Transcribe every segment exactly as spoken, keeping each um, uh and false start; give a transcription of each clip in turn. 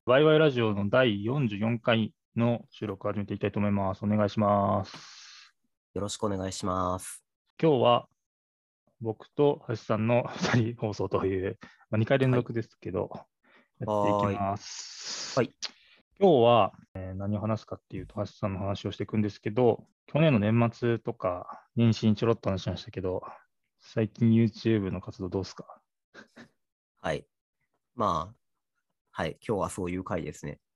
ワイワイラジオのだいよんじゅうよんかいの収録を始めていきたいと思います。お願いします。 よろしくお願いします。 今日は僕と橋さんのふたり放送という、まあ、にかい連続ですけど、やっていきます。 はい。 今日は、えー何を話すかっていうと、橋さんの話をしていくんですけど、去年の年末とか、年始にちょろっと話しましたけど、最近 YouTube の活動どうですか？ はい。まあ、はい。今日はそういう回ですね。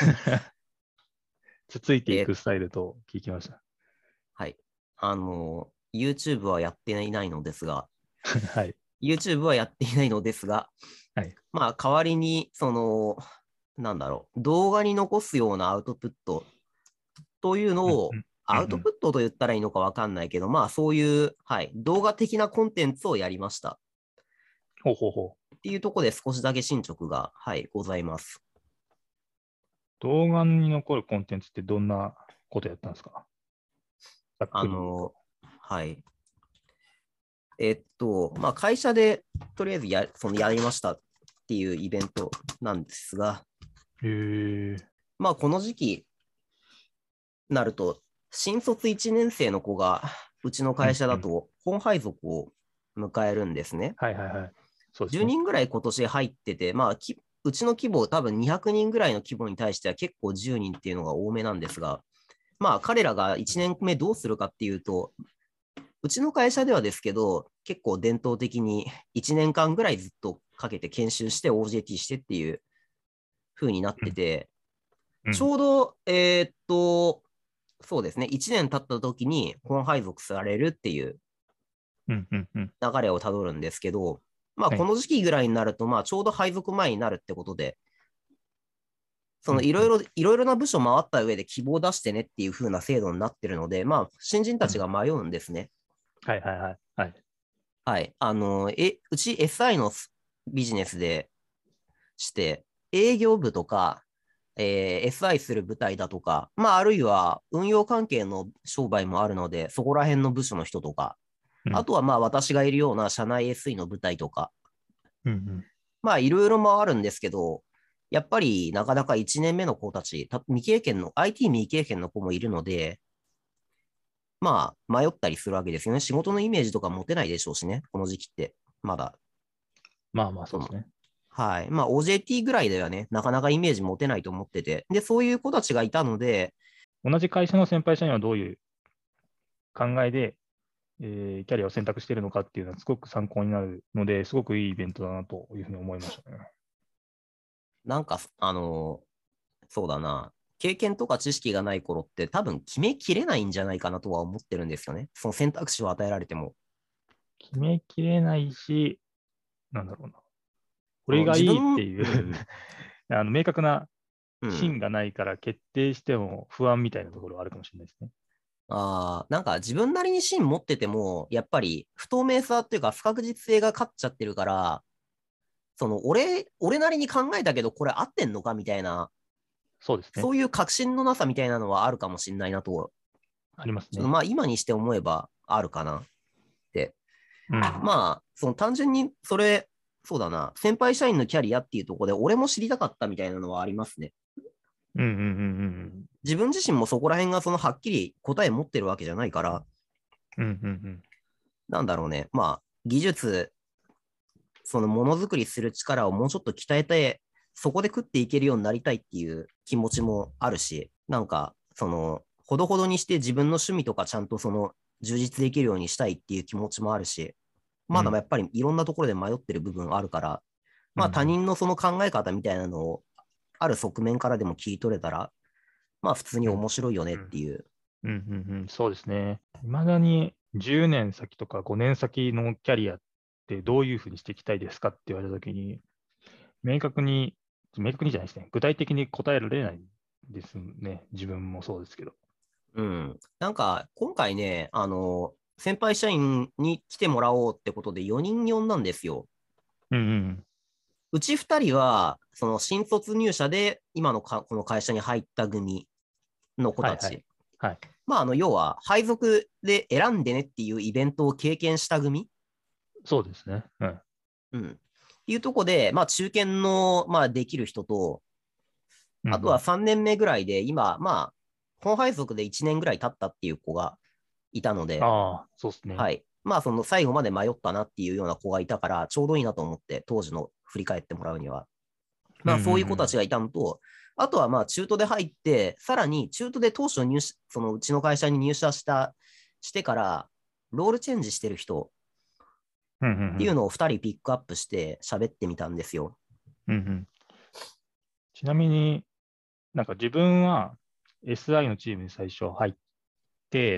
つついていえーくスタイルと聞きました。 はい。あの、YouTube はやっていないのですが、 はい。 YouTube はやっていないのですが、 はい。 まあ、代わりに、その、なんだろう、動画に残すようなアウトプットというのを、 うんうんうんうんアウトプットと言ったらいいのかわかんないけど、まあ、そういう、はい、動画的なコンテンツをやりました。 ほうほうほう。 っていうところで少しだけ進捗が、はい、ございます。 動画に残るコンテンツってどんなことやったんですか？ざっあくり言うと。 の、はい。えっと、まあ、会社でとりあえずやそのやりましたっていうイベントなんですが、 へえ。 まあ、この時期になると、新卒いちねん生の子がうちの会うんうん。 社だと本配属を迎えるんですね。 はいはいはい。そうです 10 ね。 人ぐらい今年入ってて、まあ、きうちの規模、多分にひゃくにんぐらいの規模に対しては結構じゅうにんっていうのが多めなんですが、まあ、彼らがいちねんめどうするかっていうと、うちの会社ではですけど、結構伝統的にいちねんかんぐらいずっとかけて研修して オージェーティー してっていう風になってて、ちうん。 ょうど、えーっと、そうですね、いちねん経った時に本配属されるっていううんうんうん。 流れをたどるんですけど、まあ、 はい。 この時期ぐらいになると、まあ、ちょうど配属前になるってことで、そうんうんのいろいろ、いろいろな部署回った上で希望を出してねっていう風な制度になってるので、まあ、新人たちうん。 が迷うんですね。 はいはいはい。はい。 はい。あの、え、うち エスアイ のビジネスでして、営業部とか、えー エスアイ する部隊だとか、まあ、あるいは運用関係の商売もあるので、そこら辺の部署の人とか、 うん。 あとはまあ、私がいるような社内 エスイー の部隊とか、 うんうん。 まあ、いろいろ回るんですけど、やっぱりなかなかいちねんめの子たち、た未経験の、アイティー 未経験の子もいるので、まあ、迷ったりするわけですよね。仕事のイメージとか持てないでしょうしね、この時期って。まだ、 まあまあそその、 うですね。 はい。まあ、オージェーティー ぐらいではね、なかなかイメージ持てないと思ってて。で、そういう子たちがいたので、 同じ会社の先輩社員はどういう考えで、えーキャリアを選択しているのかっていうのはすごく参考になるので、すごくいいイベントだなというふうに思いましたね。 なんか、あのそうだな、経験とか知識がない頃って多分決めきれないんじゃないかなとは思ってるんですよね。その選択肢を与えられても。 決めきれないし、なんだろうな。こそのれがいいって自分、 いううん、 あの明確なうん。 芯がないから決定しても不安みたいなところはあるかもしれないですね。 ああ、なんか自分なりに芯持ってても、やっぱり不透明さっていうか不確実性が勝っちゃってるから、その俺、俺なりに考えたけどこれ合ってんのかみたいな、 そうですね。 そういう確信のなさみたいなのはあるかもしれないなと、 ありますね。 ちょっとまあ今にして思えばあるかなって。 うん。 まあ、その単純にそれ、そうだな、先輩社員のキャリアっていうところで俺も知りたかったみたいなのはありますね。 うんうんうんうん自分自身もそこら辺がそのはっきり答え持ってるわけじゃないから、 うん。うんうんうん。 なんだろうね、まあ、技術、そのものづくりする力をもうちょっと鍛えて、そこで食っていけるようになりたいっていう気持ちもあるし、なんか、その、ほどほどにして自分の趣味とかちゃんとその、充実できるようにしたいっていう気持ちもあるし、まだやっぱりいろんなところで迷ってる部分あるから、まあ他うんうん。 人のその考え方みたいなのを、ある側面からでも聞い取れたら、まあ普通にうん。 面白いよねっうんていう。 うんうんうん。そうですね。いまだにじゅうねん先とかごねん先のキャリアってどういうふうにしていきたいですかって言われたときに、明確に、明確にじゃないですね。具体的に答えられないですね。自分もそうですけど。 うん。なんか、今回ね、あの、先輩社員に来てもらおうってことでよにん呼んだんですよ。 うんうん。 うちふたりは、その新卒入社で今のかこの会社に入った組の子はいはい。 たち。 はい。 まあ、あの、要は、配属で選んでねっていうイベントを経験した組。 そうですね。うん。 うん。っていうとこで、まあ、中堅の、まあ、できる人と、 うんあとはさんねんめぐらいで、今、まあ、本配属でいちねんぐらい経ったっていう子がいたので、 ああ、そうですね。 はい。まあ、その最後まで迷ったなっていうような子がいたから、ちょうどいいなと思って、当時の振り返ってもらうには。まあ、 うんうんそういう子うん。 たちがいたのと、あとはまあ、中途で入って、さらに中途で当初入社、そのうちの会社に入社した、してから、ロールチェンジしてる人うんうんっていうのをふたりピックアップして喋ってみたんですよ。 うんうん。ちなみになんか自分は エスアイ のチームに最初入って、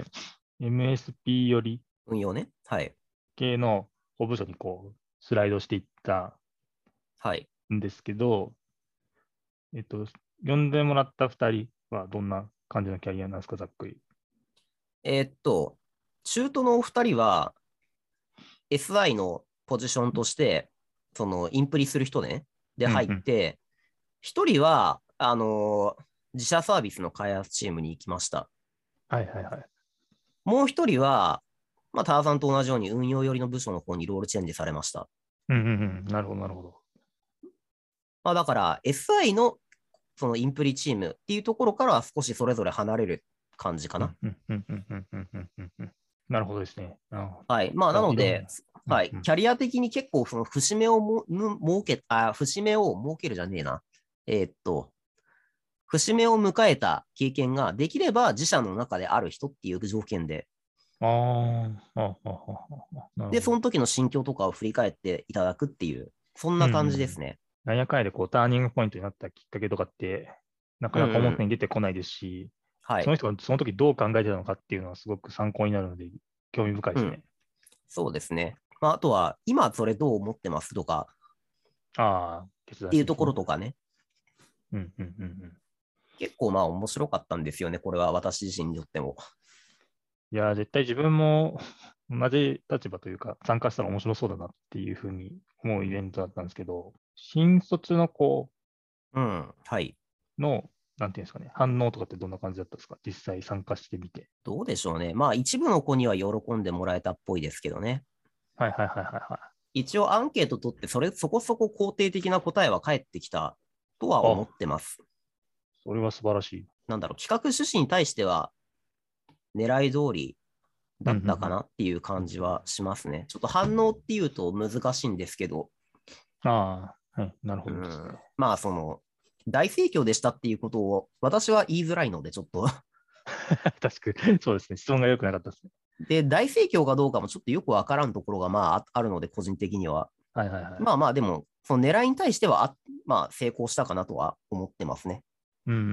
エムエスピー より運用ね。はい。 系の部署にこうスライドしていったはい。 んですけど、えっと、呼んでもらったふたりはどんな感じのキャリアなんですか、ざっくり。 えーっと、中途のお二人は エスアイ のポジションとして、そのインプリする人ね、で入っうんうん。 て、一人は、あのー自社サービスの開発チームに行きました。 はいはいはい。 もう一人は、まあ、ターさんと同じように運用寄りの部署の方にロールチェンジされました。 うんうんうん。なるほどなるほど。 まあ、だから エスアイ のそのインプリチームっていうところからは少しそれぞれ離れる感じかな。 うんうんうんうんうんうんうんうんうん。なるほどですね。あはい。まあ、 じゃあ、 なので、 いろんな。うんはい。 うん。 キャリア的に結構、その節目をも、む設け、あ、節目を設けるじゃねえな。えーっと、節目を迎えた経験ができれば自社の中である人っていう条件で、 あーあ、ああ、ああ、なるで、 ほど。 その時の心境とかを振り返っていただくっていう、そんうんなうんうん。 感じですね。 なんやかんやでこうターニングポイントになったきっかけとかって、なかうんなかうん。 表に出てこないですし、 はい。 その人がその時どう考えてたのかっていうのはすごく参考になるので、興味深いでうん。 すね。 そうですね。まあ、あとは、今それどう思ってますとかああ、決っていうと断してですね。 ころとかね。 うんうんうんうん。 結構まあ面白かったんですよね。これは私自身にとっても。 いやー、絶対自分も同じ立場というか、参加したら面白そうだなっていうふうに思うイベントだったんですけど、新卒の子うん。はい。 の、なんていうんですかね、反応とかってどんな感じだったんですか、実際参加してみて。 どうでしょうね。まあ一部の子には喜んでもらえたっぽいですけどね。 はいはいはいはいは一応アンケート取って、それ、そこそこ肯定的な答えは返ってきたとはい。 思っあ、 てます。 それは素晴らしい。 なんだろう、企画趣旨に対しては狙い通りうんだったかなっていううんうん。 感じはしますね。ちょっと反応っていうと難しいんですけど、 ああ、はい、なるほうどですね。 ん、まあその、大盛況でしたっていうことを私は言いづらいので、ちょっと確かに、そうですね。質問が良くなかったですね。 で、大盛況かどうかもちょっとよくわからんところがまああるので、個人的には。 はいはいはい。 まあまあ、でも、その狙いに対してはあ、まあ成功したかなとは思ってますね。 うんうんうん。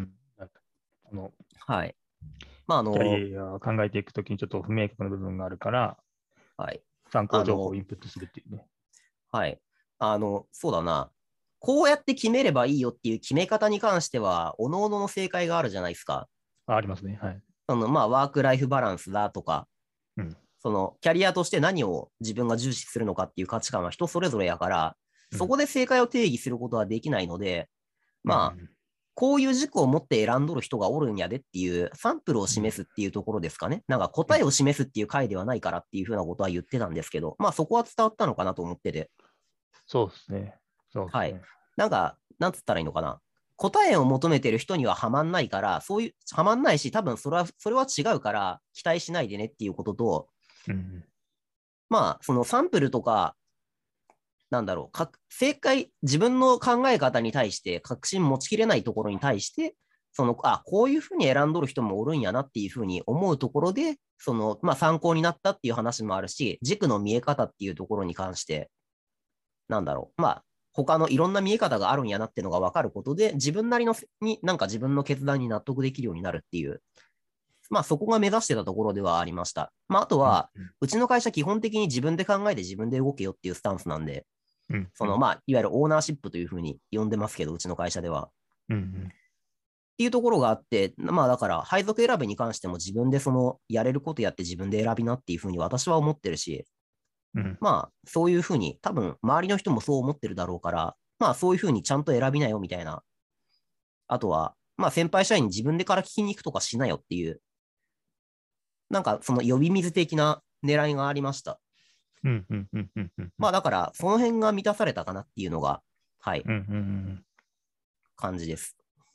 なんかこのはい。まあ、あキャの、 リアを考えていくときにちょっと不明確な部分があるから、 はい。 参考情報をあの、 インプットするっていうね。 はい。あの、そうだな。こうやって決めればいいよっていう決め方に関しては、各々の正解があるじゃないですか。 あ、ありますね。はい。 その、まあ、ワークライフバランスだとか、 うん。 その、キャリアとして何を自分が重視するのかっていう価値観は人それぞれやから、 うん。 そこで正解を定義することはできないので、まあ、 うん。 こういう軸を持って選んどる人がおるんやでっていうサンプルをうん。 示すっていうところですかね。なんかうん。 答えを示すっていう回ではないからっていうふうなことは言ってたんですけど、まあそこは伝わったのかなと思ってて。 そうですね。そうではい。 すね。 なんか、なんつったらいいのかな。答えを求めてる人にはハマんないから、そういう、ハマんないし、多分それは、それは違うから期待しないでねっていうことと、 うん。 まあ、そのサンプルとか、なんだろう、か正解、自分の考え方に対して確信持ちきれないところに対して、その、あ、こういうふうに選んどる人もおるんやなっていうふうに思うところで、その、まあ参考になったっていう話もあるし、軸の見え方っていうところに関して、なんだろう、まあ、他のいろんな見え方があるんやなっていうのが分かることで、自分なりのに、なんか自分の決断に納得できるようになるっていう、まあそこが目指してたところではありました。まああとうん。 は、うちの会社基本的に自分で考えて自分で動けよっていうスタンスなんで、 うん。 その、まあ、いわゆるオーナーシップというふうに呼んでますけど、うちの会社では。っうん。 ていうところがあって、まあだから、配属選びに関しても自分でその、やれることやって自分で選びなっていうふうに私は思ってるし、 うん。 まあ、そういうふうに、多分、周りの人もそう思ってるだろうから、まあ、そういうふうにちゃんと選びなよみたいな。あとは、まあ、先輩社員に自分でから聞きに行くとかしなよっていう、なんか、その呼び水的な狙いがありました。 うん。うん。うん。うん。うん。 まあ、だから、その辺が満たされたかなっていうのが、はい、 うん。うん。 感じです。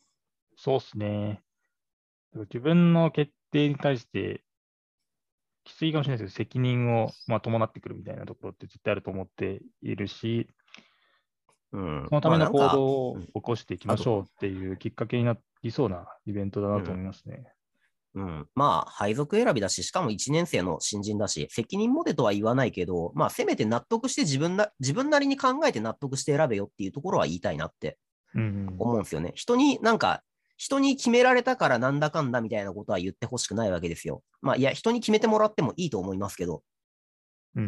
そうですね。自分の決定に対して、きついかもしれないですけど、責任を、まあ、伴ってくるみたいなところって絶対あると思っているし、 うん。 そのための行まあなんか、 動をうん、 起こしていきあと、 ましょうっていうきっかけになりそうなイベントだなと思いうん。 ますね。 うん。まあ、配属選びだし、しかもいちねん生の新人だし、責任持てとは言わないけど、まあ、せめて納得して自分な、自分なりに考えて納得して選べよっていうところは言いたいなってうん、 思うんですよね。人になんか、人に決められたからなんだかんだみたいなことは言ってほしくないわけですよ。まあ、いや、人に決めてもらってもいいと思いますけど、 うん、うん、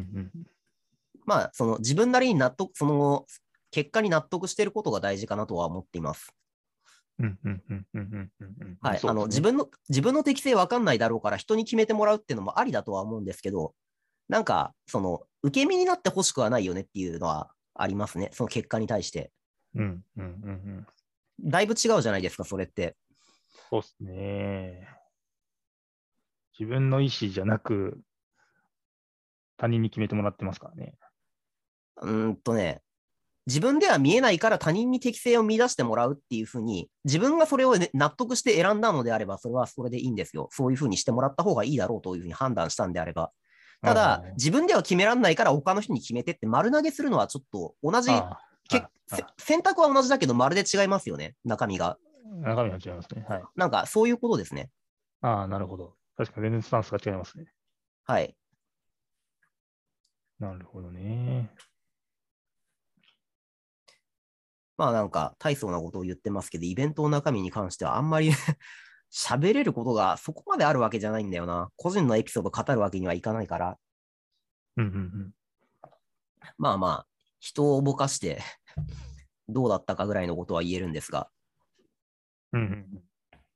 まあ、その自分なりに納得、その結果に納得していることが大事かなとは思っています。 うん、うん、うん、うん、うん、うんうん、 はい。あの、 そうですね。 自分の、自分の適性わかんないだろうから人に決めてもらうっていうのもありだとは思うんですけど、なんか、その、受け身になってほしくはないよねっていうのはありますね。その結果に対して。 うん、うん、うん、うん。 だいぶ違うじゃないですか、それって。 そうですね。自分の意思じゃなく、他人に決めてもらってますからね。 うーんとね、自分では見えないから他人に適性を見出してもらうっていうふうに、自分がそれを、ね、納得して選んだのであれば、それはそれでいいんですよ。そういうふうにしてもらった方がいいだろうというふうに判断したんであれば。ただ、 あ自分では決めらんないから他の人に決めてって丸投げするのはちょっと同あ、 じ、 ああ、 けああ、 選択は同じだけど、まるで違いますよね、中身が。 中身が違いますね。はい。 なんか、そういうことですね。 ああ、なるほど。確かに全然スタンスが違いますね。 はい。 なるほどね。 まあなんか、大層なことを言ってますけど、イベントの中身に関してはあんまり喋れることがそこまであるわけじゃないんだよな。個人のエピソード語るわけにはいかないから。 うん、うん、 まあまあ、人をぼかしてどうだったかぐらいのことは言えるんですが。 うん。うん、うんうん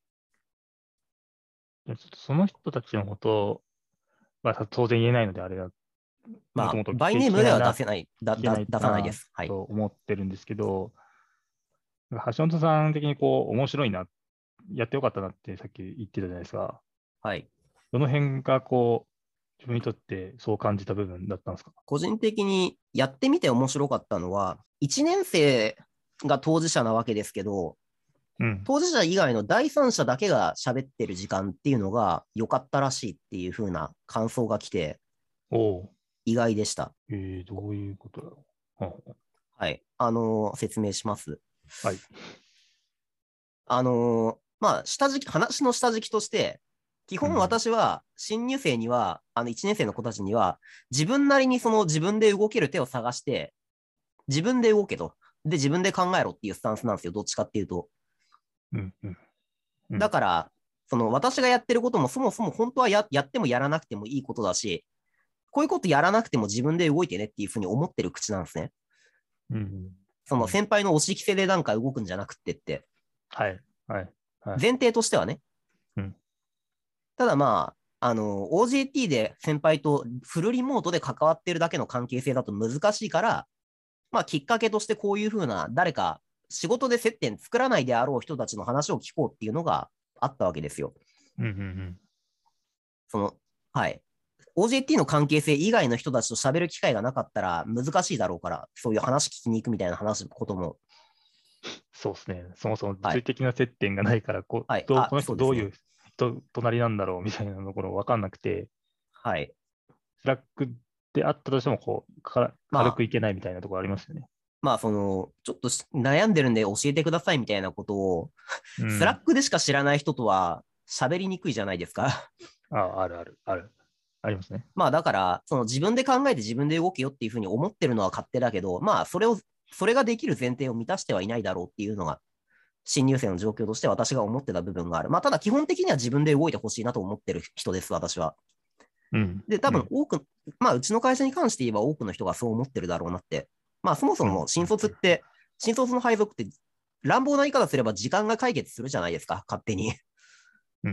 ちょっとその人たちのことは当然言えないので、あれだ、もまあ、 ともと聞け、聞バイネームでけないな、 は出せない、だ、だ、 聞けない出さないでなす。はい。 と思ってるんですけど、橋本さん的にこう、面白いな、やってよかったなってさっき言ってたじゃないですか。 はい。 どの辺がこう、自分にとってそう感じた部分だったんですか？ 個人的にやってみて面白かったのは、いちねん生が当事者なわけですけど、 うん。 当事者以外の第三者だけが喋ってる時間っていうのが良かったらしいっていう風な感想が来て、 おお。 意外でした。 えー、どういうことだろう。ははい。あのー説明します。 あはい。 あのーまあ、下敷き、話の下敷きとして、基本うん。 私は、新入生には、あの、いちねん生の子たちには、自分なりにその自分で動ける手を探して、自分で動けと。で、自分で考えろっていうスタンスなんですよ。どっちかっていうと。 うん。うん。うん。 だから、その私がやってることもそもそも本当は や, やってもやらなくてもいいことだし、こういうことやらなくても自分で動いてねっていうふうに思ってる口なんですね。 うん。 そのうん。 先輩の押し着せでなんか動くんじゃなくてって。 はい。はい。はい。 前提としてはね。 うん。 ただまあ、あの、オージェーティー で先輩とフルリモートで関わってるだけの関係性だと難しいから、まあ、きっかけとしてこういうふうな誰か仕事で接点作らないであろう人たちの話を聞こうっていうのがあったわけですよ。 うん。うん。 その、はい。オージェーティー の関係性以外の人たちと喋る機会がなかったら難しいだろうから、そういう話聞きに行くみたいな話すことも、 そうですね。そもそもはい。 物理的な接点がないから、こう、 はい。 どう、 あ、 このそうですね。 人どういう人、隣なんだろうみたいなところ分かんなくて、 はい。 スラックであったとしても、こう、かまあ、 軽くいけないみたいなところありますよね。 まあ、その、ちょっと悩んでるんで教えてくださいみたいなことを、スラッうん。 クでしか知らない人とは喋りにくいじゃないですか。 あ、あるある、ある。ありますね。 まあ、だから、その自分で考えて自分で動けよっていうふうに思ってるのは勝手だけど、まあ、それを、それができる前提を満たしてはいないだろうっていうのが、新入生の状況として私が思ってた部分がある。まあ、ただ基本的には自分で動いてほしいなと思ってる人です、私は。 うん。 で、多うん。 分多く、まあ、うちの会社に関して言えば多くの人がそう思ってるだろうなって。まあ、そもそうん。 も新卒って、新卒の配属って乱暴な言い方すれば時間が解決するじゃないですか、勝手に。 うん。うん。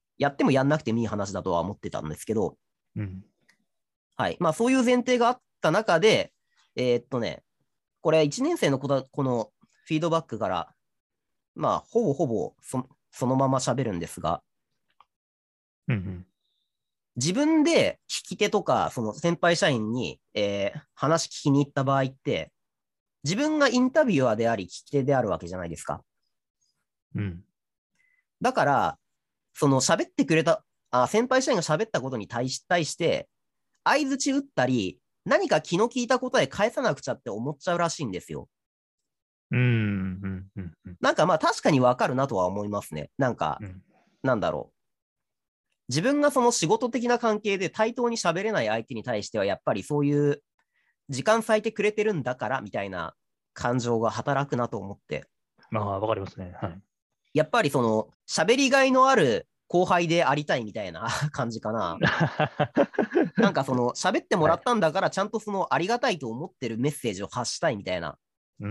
やってもやんなくてもいい話だとは思ってたんですけど、 うん。 はい。まあ、そういう前提があった中で、えーっとね、これいちねん生の子だ、このフィードバックから、まあ、ほぼほぼそそのまま喋るんですが、 うん。 自分で聞き手とか、その先輩社員に、えー話聞きに行った場合って、自分がインタビュアーであり、聞き手であるわけじゃないですか。 うん。 だから、その喋ってくれた、あ、先輩社員が喋ったことに対し、対して、相槌打ったり、何か気の利いたことで返さなくちゃって思っちゃうらしいんですよ。 うん、うん、うん、うん。 なんかまあ確かにわかるなとは思いますね。なんか、 うん、 なんだろう。自分がその仕事的な関係で対等に喋れない相手に対しては、やっぱりそういう時間割いてくれてるんだからみたいな感情が働くなと思って、 まあ、わかりますね。はい。 やっぱりその喋りがいのある後輩でありたいみたいな感じかな。なんかその喋ってもはい。 らったんだからちゃんとそのありがたいと思ってるメッセージを発したいみたいなうん、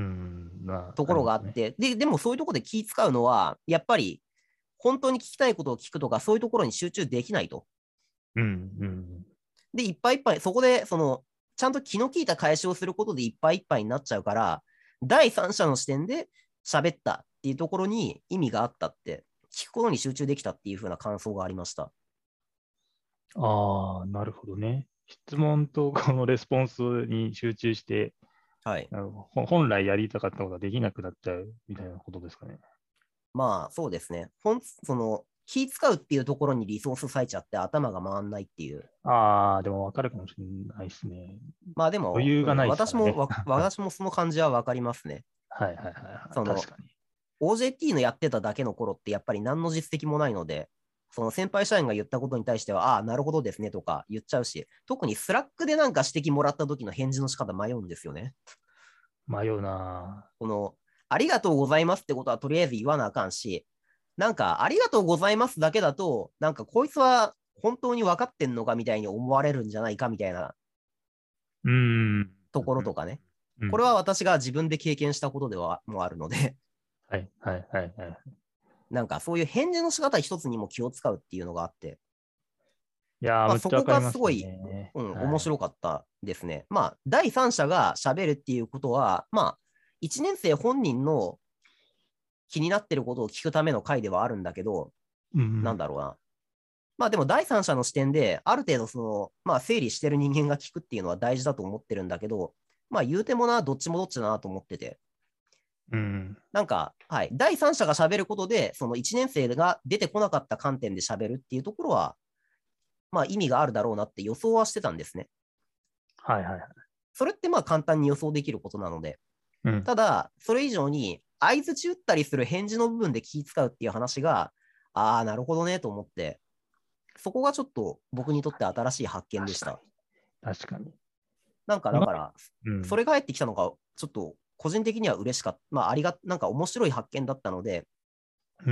まあ、 ところありますね。 があって、で、でもそういうところで気使うのは、やっぱり本当に聞きたいことを聞くとか、そういうところに集中できないと。 うん、うん。 で、いっぱいいっぱい、そこで、その、ちゃんと気の利いた返しをすることでいっぱいいっぱいになっちゃうから、第三者の視点で喋ったっていうところに意味があったって、聞くことに集中できたっていう風な感想がありました。 ああ、なるほどね。質問とこのレスポンスに集中して、 はい。 あのほ本来やりたかったことができなくなっちゃうみたいなことですかね。 まあ、そうですね。ほん、その、気使うっていうところにリソース割いちゃって頭が回んないっていう。 ああ、でもわかるかもしれないですね。 まあでも、うん、 余裕がないですか私も、 らね。 わ私もその感じはわかりますね。 はいはいはいはい。 その、 確かに。 オージェーティー のやってただけの頃ってやっぱり何の実績もないので、その先輩社員が言ったことに対しては、ああ、なるほどですねとか言っちゃうし、特にスラックでなんか指摘もらった時の返事の仕方迷うんですよね。 迷うなこの、ありがとうございますってことはとりあえず言わなあかんし、なんか、ありがとうございますだけだと、なんかこいつは本当に分かってんのかみたいに思われるんじゃないかみたいなうーん。 ところとかね。 うん。 これは私が自分で経験したことではもあるので、 はいはいはいはい。 なんかそういう返事の仕方一つにも気を使うっていうのがあって、 いやー、 まあ、 むっちゃわそこかりますがすごい、 ね。 うん、 はい。 面白かったですね。まあ、第三者が喋るっていうことは、まあ、一年生本人の気になってることを聞くための回ではあるんだけど、 うん。 なんだろうな。まあでも第三者の視点で、ある程度その、まあ整理してる人間が聞くっていうのは大事だと思ってるんだけど、まあ言うてもな、どっちもどっちだなと思ってて。 うん。 なんか、はい、第三者が喋ることで、その一年生が出てこなかった観点で喋るっていうところは、まあ意味があるだろうなって予想はしてたんですね。 はいはいはい。 それってまあ簡単に予想できることなので。 うん。 ただ、それ以上に、相づち打ったりする返事の部分で気使うっていう話が、ああ、なるほどねと思って、そこがちょっと僕にとって新しい発見でした。 確かに。確かに。 なんかだ今、 から、 うん。 それが入ってきたのが、ちょっと個人的には嬉しかった。まあ、ありが、なんか面白い発見だったので、 うん。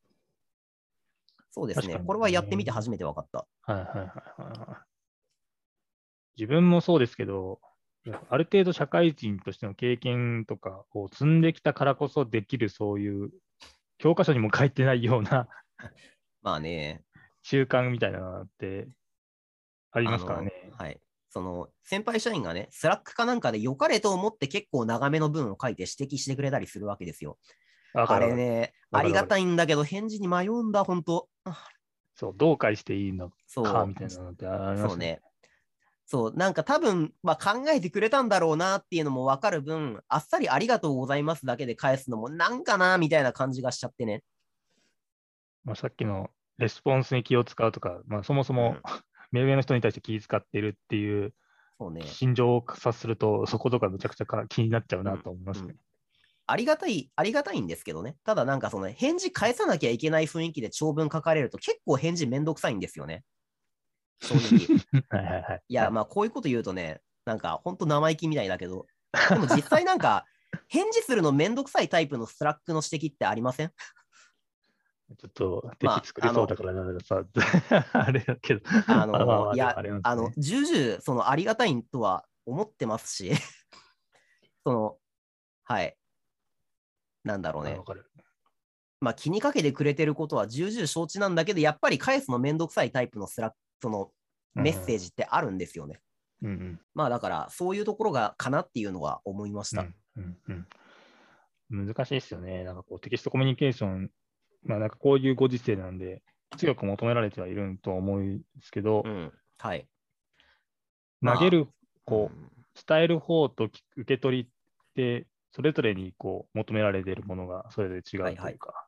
そうですね。 確かにこれはやってみてね。 初めて分かった。 はいはいはいはいはい。自分もそうですけど、ある程度社会人としての経験とかを積んできたからこそできるそういう教科書にも書いてないようなまあね、 習慣みたいなのってありあの、 ますからね。 はい。その、先輩社員がね、スラックかなんかで良かれと思って結構長めの文を書いて指摘してくれたりするわけですよ。あわかるわかる。 れね、ありがわかるわかる。 たいんだけど、返事に迷うんだ、本当そう、どう返していいのかみそう、 たいなのってありますよね。 そうね。そう、なんか多分、まあ、考えてくれたんだろうなっていうのも分かる分、あっさりありがとうございますだけで返すのもなんかなみたいな感じがしちゃってね。 まあ、さっきのレスポンスに気を使うとか、まあ、そもそもうん。 目上の人に対して気遣ってるっていうそうね。 心情を察すると、そことかめちゃくちゃか気になっちゃううん。 なと思いますね。 うん。ありがたい、ありがたいんですけどね。ただなんかその返事返さなきゃいけない雰囲気で長文書かれると結構返事めんどくさいんですよね。正直。 はいはいはい。 いや、 はい、 まあこういうこと言うとね、なんかほんと生意気みたいだけど、でも実際なんか返事するのめんどくさいタイプのスラックの指摘ってありません？ ちょっと敵まあ、 作りあの、 そうだからなさ、あれだけど、 あまあまあの、 まあ、でもいや、 あれなんであの、 すね。 重々、その、ありがたいとは思ってますし、その、はい、なんだろうあ、 ね。 わかる。 まあ、気にかけてくれてることは重々承知なんだけど、やっぱり返すのめんどくさいタイプのスラック、その、メッセーうん。 ジってあるんですよね。 うんうんまあ、だから、そういうところが、かなっていうのは思いました。 うんうんうん。難しいですよね。なんかこうテキストコミュニケーション、まあなんかこういうご時世なんで、強く求められてはいるとは思うんですけど、 うん。はい。ま投げる、 あ、うこん。 う、伝える方とき受け取りって、それぞれにこう求められているものがそれぞれ違はいはい。 うというか、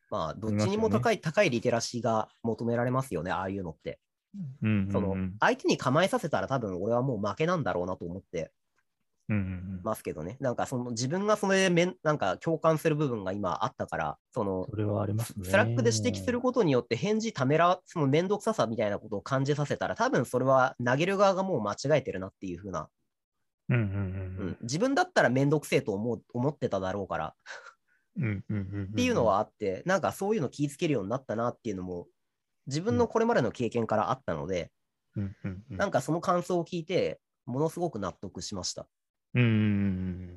まあ、どっいますよね。 ちにも高い、高いリテラシーが求められますよね、ああいうのって。 うんうんうん、 その、相手に構えさせたら多分俺はもう負けなんだろうなと思ってうんうんうん、 ますけどね。なんかその自分がそれでめんなんか共感する部分が今あったから、その、 それはありますスラックで指摘すね。 ることによって返事ためら、そのめんどくささみたいなことを感じさせたら、多分それは投げる側がもう間違えてるなっていう風な、 うんうんううん、 ん自分だったらめんどくせえと思う思ってただろうから、 うんうんうんうんうん、 っていうのはあって、なんかそういうの気ぃつけるようになったなっていうのも、自分のこれまでの経験からあったので、 うんうんうん、 なんかその感想を聞いて、ものすごく納得しました。 うんうんうん、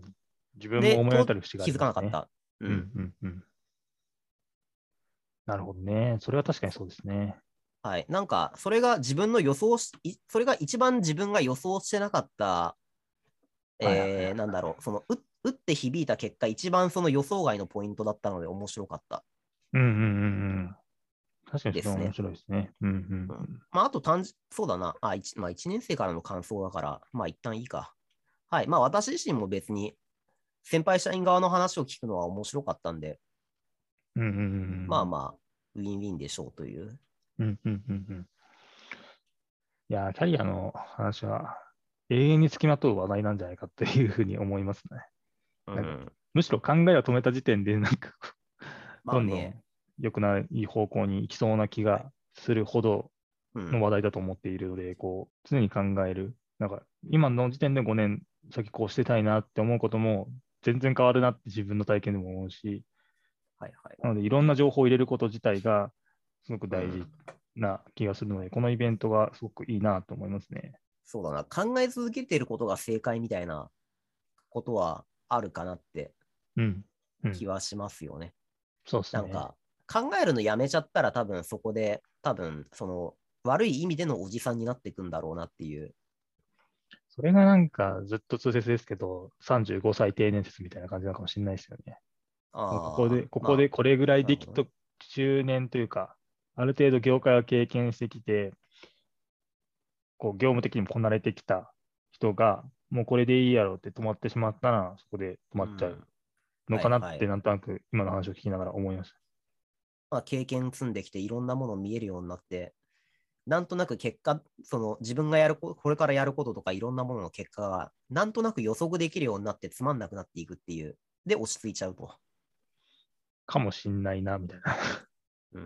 自分もで、と思い当たる節があ気りますね。 づかなかった。ううんん。 うんうん。なるほどね。それは確かにそうですね。 はい。なんか、それが自分の予想し、それが一番自分が予想してなかった、 はいはいえー、なんだろう、その打、打って響いた結果、一番その予想外のポイントだったので面白かったうんうんうんうん。確かにそれは面ですね。 白いですね。うんうんうん。 うん。 まあ、あと単純、そうだな。あ、一まあ、一年生からの感想だから、まあ、一旦いいか。はい。まあ、私自身も別に、先輩社員側の話を聞くのは面白かったんで、 うんうんうんまあまあ、ウィンウィンでしょうという。 うんうんうんうん。いやー、キャリアの話は永遠につきまとう話題なんじゃないかっていうふうに思いますね。なんかうん。 むしろ考えを止めた時点で、なんかこうまあね、 どんどん良くない方向に行きそうな気はい。 がするほどうん。 の話題だと思っているので、こう、常に考える。なんか、今の時点でごねん先こうしてたいなって思うことも、全然変わるなって自分の体験でも思うし、 はいはい。 なので、いろんな情報を入れること自体が、すごく大事うん。 な気がするので、このイベントがすごくいいなと思いますね。 そうだな。考え続けてることが正解みたいなことはあるかなってうん。うん。 気はしますよね。 そうですね。 なんか、考えるのやめちゃったら多分そこで、多分その悪い意味でのおじさんになっていくんだろうなっていう。 それがなんかずっと通説ですけど、さんじゅうごさい定年説みたいな感じなのかもしれないですよね。もうここああ、 で、ここまでこれぐらいあ、なるほどね。 できと、中年というか、ある程度業界を経験してきて、こう業務的にもこなれてきた人が、もうこれでいいやろって止まってしまったら、そこで止まっちゃううん。 のかなって、 はいはい。 なんとなく今の話を聞きながら思いました。 まあ、経験積んできていろんなもの見えるようになって、なんとなく結果、その自分がやるこ、これからやることとかいろんなものの結果が、なんとなく予測できるようになってつまんなくなっていくっていう。で、落ち着いちゃうと。 かもしんないな、みたいな。 うん。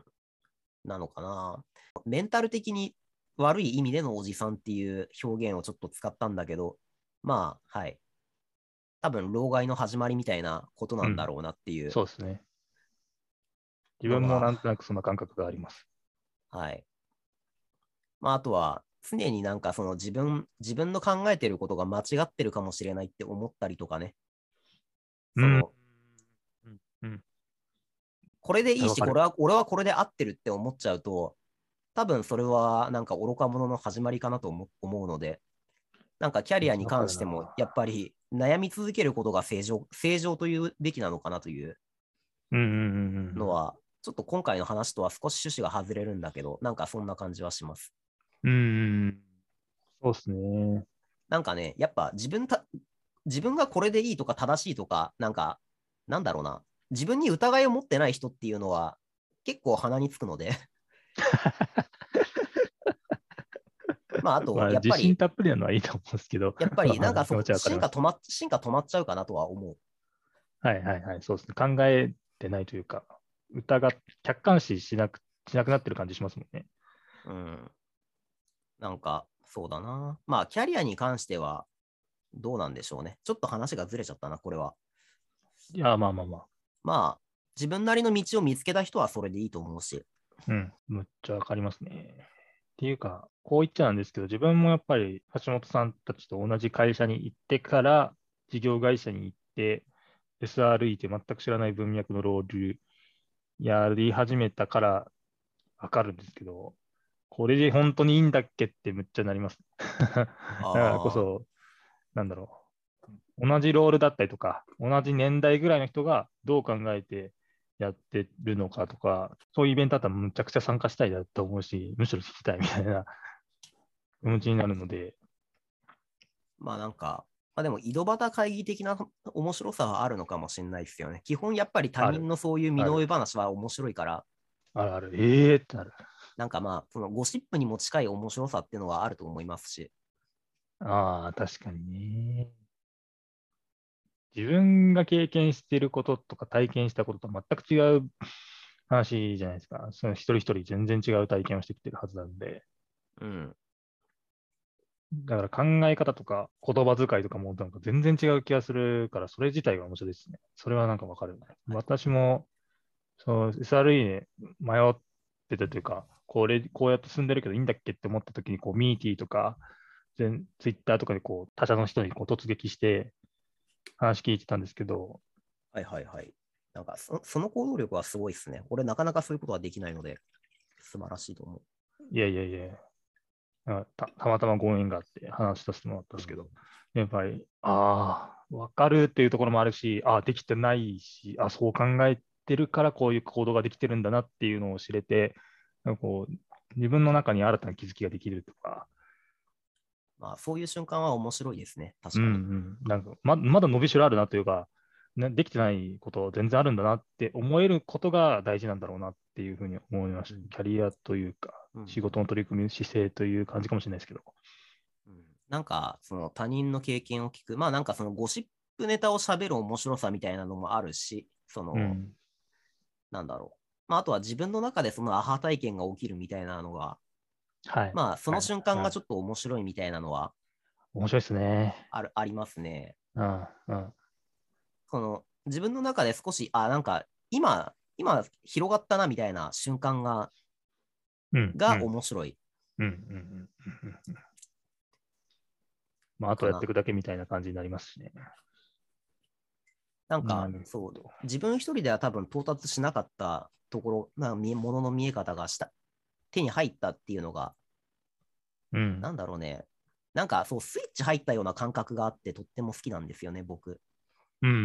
なのかな。メンタル的に悪い意味でのおじさんっていう表現をちょっと使ったんだけど、まあ、はい。多分、老害の始まりみたいなことうん。 なんだろうなっていうそうですね。自分もなんのが、 となくそんな感覚があります。 はい。まあ、あとは、常になんかその自分、自分の考えてることが間違ってるかもしれないって思ったりとかね。 うん。 その、 うん。うん。 これでいいし、 わかる。 これは、俺はこれで合ってるって思っちゃうと、多分それはなんか愚か者の始まりかなと思思うので、なんかキャリアにめっちゃわか関しても、 るな。 やっぱり悩み続けることが正常、正常というべきなのかなといううんうんうんうん。 のは、ちょっと今回の話とは少し趣旨が外れるんだけど、なんかそんな感じはします。 うん。そうですね。 なんかね、やっぱ自分た、自分がこれでいいとか正しいとか、なんか、なんだろうな、自分に疑いを持ってない人っていうのは結構鼻につくのでまあ、あと、 まあ、自やっぱり、 信たっぷりなのはいいと思うんですけど、 やっぱり、なんか気持そこ、 ちはわかります。 進化止まっ、進化止まっちゃうかなとは思う。 はいはいはい。そうですね。考えてないというか、疑っ、客観視しなく、しなくなってる感じしますもんね。 うん。なんか、そうだな。まあ、キャリアに関しては、どうなんでしょうね。ちょっと話がずれちゃったな、これは。 いや、まあまあまあ。 まあ、自分なりの道を見つけた人はそれでいいと思うし。 うん。むっちゃわかりますね。っていうか、こう言っちゃなんですけど、自分もやっぱり橋本さんたちと同じ会社に行ってから、事業会社に行って、エスアールイー って全く知らない文脈のロールやり始めたからわかるんですけど、これで本当にいいんだっけってむっちゃなります。だからこああ、 そ、なんだろう。同じロールだったりとか、同じ年代ぐらいの人がどう考えてやってるのかとか、そういうイベントだったらむちゃくちゃ参加したいだと思うし、むしろ聞きたいみたいな気持ちになるので、 まあなんか、 まあでも、井戸端会議的な面白さはあるのかもしれないですよね。基本やっぱり他ある、 人のそういう身ある、 の上話は面白いから、 ある、ある、ええーってなる。 なんかまあ、そのゴシップにも近い面白さっていうのはあると思いますし。 ああ、確かにね。自分が経験していることとか体験したことと全く違う話じゃないですか。その一人一人全然違う体験をしてきてるはずなんで。 うん。 だから考え方とか言葉遣いとかもなんか全然違う気がするから、それ自体が面白いですね。それはなんかわかる。 はい。 私も、そう、エスアールイー で迷ってたというか、これ、こうやって進んでるけどいいんだっけって思った時に、こう、ミーティーとか、全ツイッターとかでこう、他社の人にこう突撃して話聞いてたんですけど、 はいはいはい。なんかそ、その行動力はすごいですね。俺なかなかそういうことはできないので、素晴らしいと思う。 いやいやいや、あた、たまたまご縁があって話させてもらったんですけど、やっぱり、ああ、わかるっていうところもあるし、ああ、できてないし、あそう考えてるからこういう行動ができてるんだなっていうのを知れて、なんかこう、自分の中に新たな気づきができるとか、 まあ、そういう瞬間は面白いですね。確うんうかに。 ん、なんかま、まだ伸びしろあるなというか、ね、できてないこと全然あるんだなって思えることが大事なんだろうなっていうふうに思いました。 うん。 キャリアというか、 うん。 仕事の取り組み、姿勢という感じかもしれないですけど。 うん、なんか、その他人の経験を聞く。まあ、なんかそのゴシップネタを喋る面白さみたいなのもあるし、その、 うん。 なんだろう。まあ、あとは自分の中でそのアハ体験が起きるみたいなのが、 はい。 まあ、そのはい。 瞬間うん。 がちょっと面白いみたいなのは面白いですね。 ある、ありますね。 うん。うん。 その、自分の中で少し、あ、なんか、今、今、広がったなみたいな瞬間が、 うん。うがん。 面白いうん。うん。うんうん。まあ、あとかな。 やっていくだけみたいな感じになりますしね。 なんか、 なるそう、 ほど。 自分一人では多分到達しなかったところ、な見えものの見え方がした、手に入ったっていうのが、 うん。 なんだろうね。なんか、そう、スイッチ入ったような感覚があって、とっても好きなんですよね、僕。 うん。うん。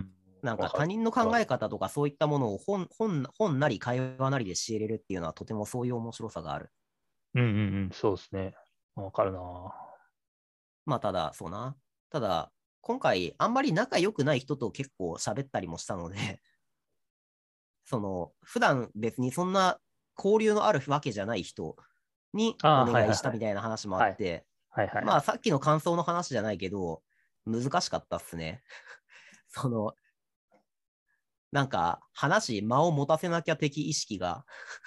なんかわかる。 他人の考わかる。 え方とかそういったものを本本本なり会話なりで知れるっていうのはとてもそういう面白さがある。 うん。うん。うん。そうですね。わかるな。 まあただ、そうな。ただ、今回あんまり仲良くない人と結構喋ったりもしたので、その、普段別にそんな交流のあるわけじゃない人にああ、はいお願いはいはい。 したみたいな話もあはい。 って、 はいはいはい。 まあさっきの感想の話じゃないけど、難しかったっすね。その、なんか話、間を持たせなきゃ的意識が、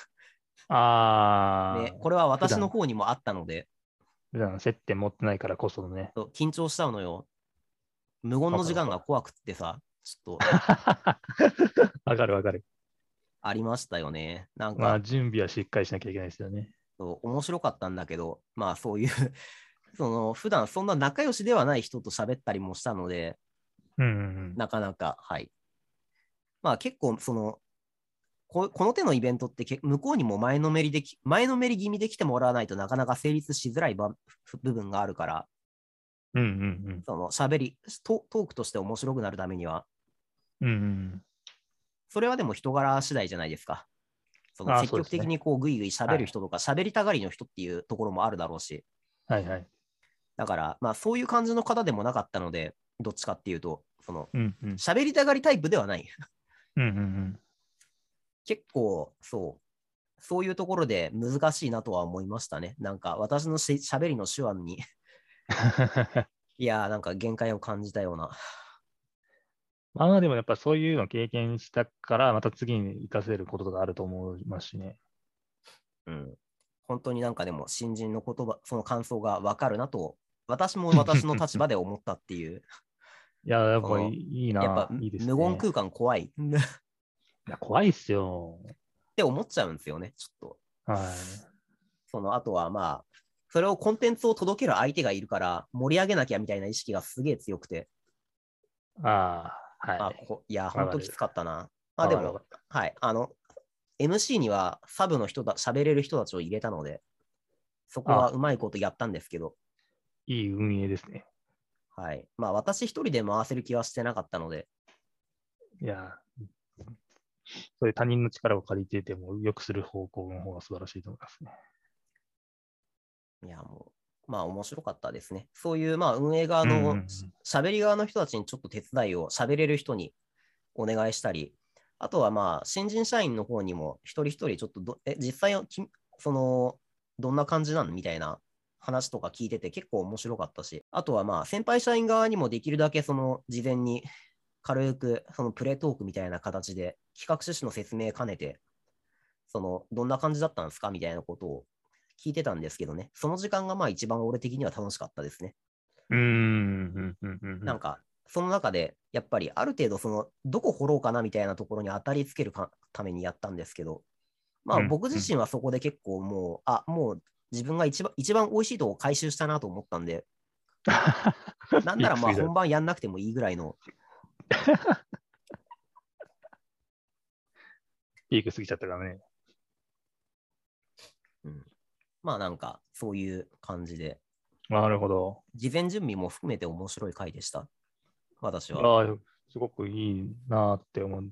ね、 ああ、 これは私の普段、 方にもあったので、 普段接点持ってないからこそのね。 緊張しちゃうのよ。無言の時わかるわかる。 間が怖くってさ、ちょっとわかるわかる。 ありましたよね。なんまあ、 か、 準備はしっかりしなきゃいけないですよね。 そう面白かったんだけど、まあそういうその、普段そんな仲良しではない人と喋ったりもしたので、 うんうんなかなか、はい。まあ結構、その、ここの手のイベントってけ向こうにも前のめりでき、前のめり気味で来てもらわないとなかなか成立しづらい場部分があるから、 うん。うんうんその喋りト、トークとして面白くなるためには、 うん。うんうんそれはでも人柄次第じゃないですか。そうん。ああ、 の積そうですね。 極的にこうぐいぐい喋はい。 る人とか喋りたがりの人っていうところもあるだろうし、 はいはい。 だからまあそういう感じの方でもなかったので、どっちかっていうと、そのうんうん。 喋りたがりタイプではない。 うんうんうん。 結構そう、そういうところで難しいなとは思いましたね。なんか私のし喋りの手腕にいやーなんか限界を感じたような。 まあでもやっぱそういうのを経験したから、また次に活かせることがあると思いますしね。 うん。本当になんかでも新人の言葉、その感想がわかるなと、私も私の立場で思ったっていう、 いや、やっその、 ぱいいいやっぱな。いいですね。 無言空間怖いっいや、怖いっすよ。 て思っちゃうんですよね、ちょっと。 はその、あとはまあ、それをコンテンツを届ける相手がいるから盛り上げなきゃみたいな意識がすげえ強くて、 い。ああ、はまあ、 い。 こいや、ほんときつわかる。 かったな。まあでも、 わかるわかる。 はい、あの、エムシー にはサブの人だ、喋れる人たちを入れたので、そこはあ、 うまいことやったんですけど、 いい運営ですね。 はい。まあ私一人で回せる気はしてなかったので、 いや、そういう他人の力を借りてても良くする方向の方が素晴らしいと思いますね。 いや、もまあ面白かったですね。そういうまあ運営側うんうんうのん。 喋り側の人たちにちょっと手伝いを喋れる人にお願いしたり、あとはまあ新人社員の方にも一人一人ちょっとどえ実際きそのどんな感じなのみたいな話とか聞いてて結構面白かったし、あとはまあ先輩社員側にもできるだけその事前に軽くそのプレトークみたいな形で企画趣旨の説明兼ねて、そのどんな感じだったんですかみたいなことを聞いてたんですけどね、その時間がまあ一番俺的には楽しかったですね。 うーん。うんうんうんうん。 なんか、その中で、やっぱりある程度、その、どこ掘ろうかなみたいなところに当たりつけるかためにやったんですけど、まあうんうん僕自身はそこで結構もう、あ、もう自分が一番、一番美味しいとこ回収したなと思ったんで、なんならまあピーク過ぎだ。 本番やんなくてもいいぐらいの、 ピーク過ぎちゃったからね。 うん、まあなんか、そういう感じで、 なるほど。 事前準備も含めて面白い回でした。私は。 いやー、すごくいいなって思って、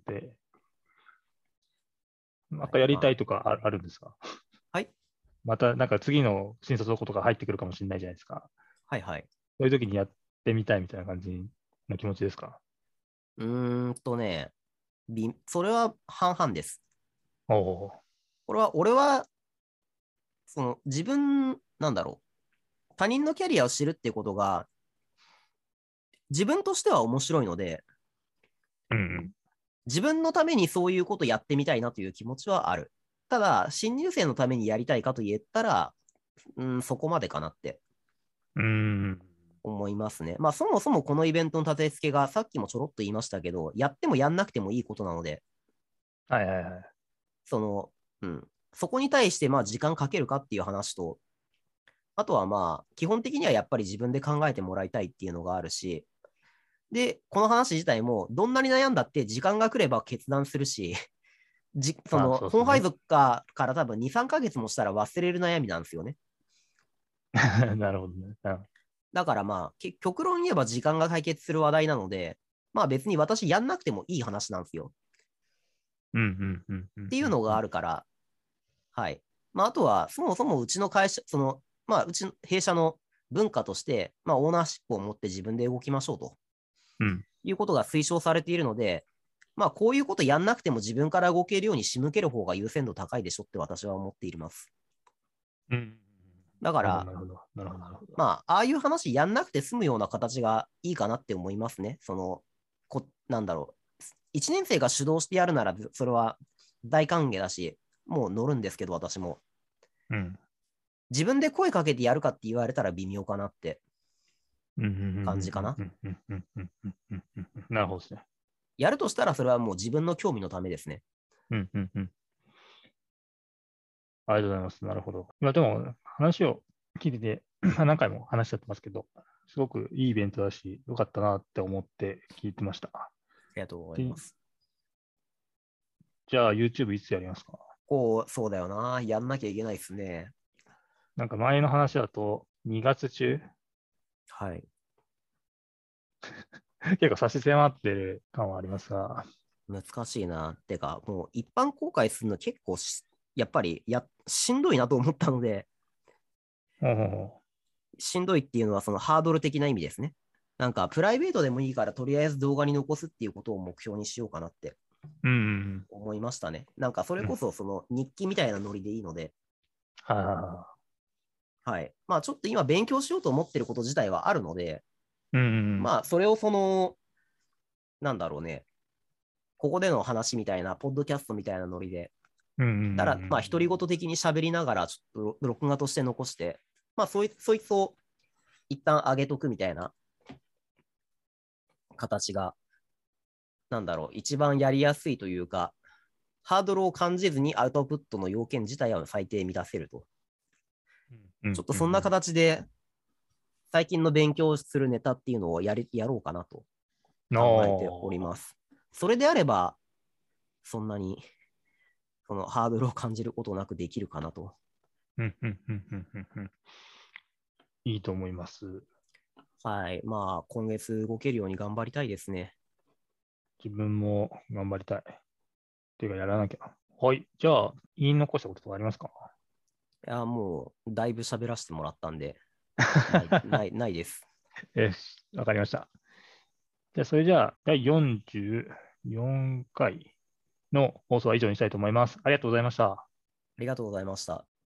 まはい、 たやりたまいとかああるんですか？ あ、はい、 またなんか次の新卒の子とか入ってくるかもしれないじゃないですか。 はい、はい。 そういう時にやってみたいみたいな感じの気持ちですか？ うーんとね、びそれは半々です。 おおこれは、俺は、その自分、なんだろう。他人のキャリアを知るっていうことが、自分としては面白いので、 ー。うんうん。 自分のためにそういうことやってみたいなという気持ちはある。ただ、新入生のためにやりたいかと言ったら、うん、そこまでかなってうーん。 思いますね。まあ、そもそもこのイベントの立て付けが、さっきもちょろっと言いましたけど、やってもやんなくてもいいことなので、 はいはいはい。 その、うん、そこに対して、まあ、時間かけるかっていう話と、あとはまあ、基本的にはやっぱり自分で考えてもらいたいっていうのがあるし、で、この話自体も、どんなに悩んだって時間が来れば決断するし、じそまあの、 そうですね。 本配属かから多分に、さんかげつもしたら忘れる悩みなんですよね。 なるほどね。うんだからまあ、極論言えば時間が解決する話題なので、まあ別に私やんなくてもいい話なんですよ。 うんうんうんうっていうのがんうんうん。 あるから、はい。まああとは、そもそもうちの会社、その、まあうちの弊社の文化として、まあオーナーシップを持って自分で動きましょうとうんいうことが推奨されているので、まあこういうことやんなくても自分から動けるように仕向ける方が優先度高いでしょって私は思っています。 うんだから、 なるほど、なるほど、なるほど。 まあ、ああいう話やんなくて済むような形がいいかなって思いますね。その、こなんだろう。いちねん生が主導してやるなら、それは大歓迎だし、もう乗るんですけど、私も。 うん。 自分で声かけてやるかって言われたら微妙かなってうんうんうんうん感じかな。 うんうんうんうんうんうんうんうん。なるほどですね。 やるとしたら、それはもう自分の興味のためですね。 うんうんうん。ありがとうございます。なるほど。まあでも、話を聞いてて、何回も話しちゃってますけど、すごくいいイベントだし、よかったなって思って聞いてました。 ありがとうございで、 ます。 じゃあ YouTube いつやりますか？ こう、そうだよな。やんなきゃいけないですね。 なんか前の話だとにがつ中はい。 結構差し迫ってる感はありますが、 難しいな。てか、もう一般公開するの結構しやっぱりやしんどいなと思ったので、 ほうほうほしんどいっていうのはそのハードル的な意味ですね。なんかプライベートでもいいからとりあえず動画に残すっていうことを目標にしようかなってう。うんうん思いましたね。なんかそれうん。 こそその日記みたいなノリでいいので、 はいはいははい。まあちょっと今勉強しようと思ってること自体はあるので、 い。うんうんまあそれをその、なんだろうね、ここでの話みたいな、ポッドキャストみたいなノリで、 うん。うんうんうんだからまあ独り言的に喋りながらちょっと録画として残して、まあそいそいつを一旦上げとくみたいな形がなんだろう、一番やりやすいというか、ハードルを感じずにアウトプットの要件自体は最低満たせると。 うんちょっとそんな形で、最近の勉強するネタっていうのをやりやろうかなとうん。 考えておりおー。 ます。それであれば、そんなにそのハードルを感じることなくできるかなと。 うんうんうんうんうんうん。いいと思います。 はい。まあ、今月動けるように頑張りたいですね。 自分も頑張りたい。ていうか、やらなきゃ。はい。じゃあ、言い残したこととかありますか？ いや、もう、だいぶ喋らせてもらったんで、 ないない、ないです。 よし、わかりました。じゃあ、それじゃあ、だいよんじゅうよんかいの放送は以上にしたいと思います。ありがとうございました。 ありがとうございました。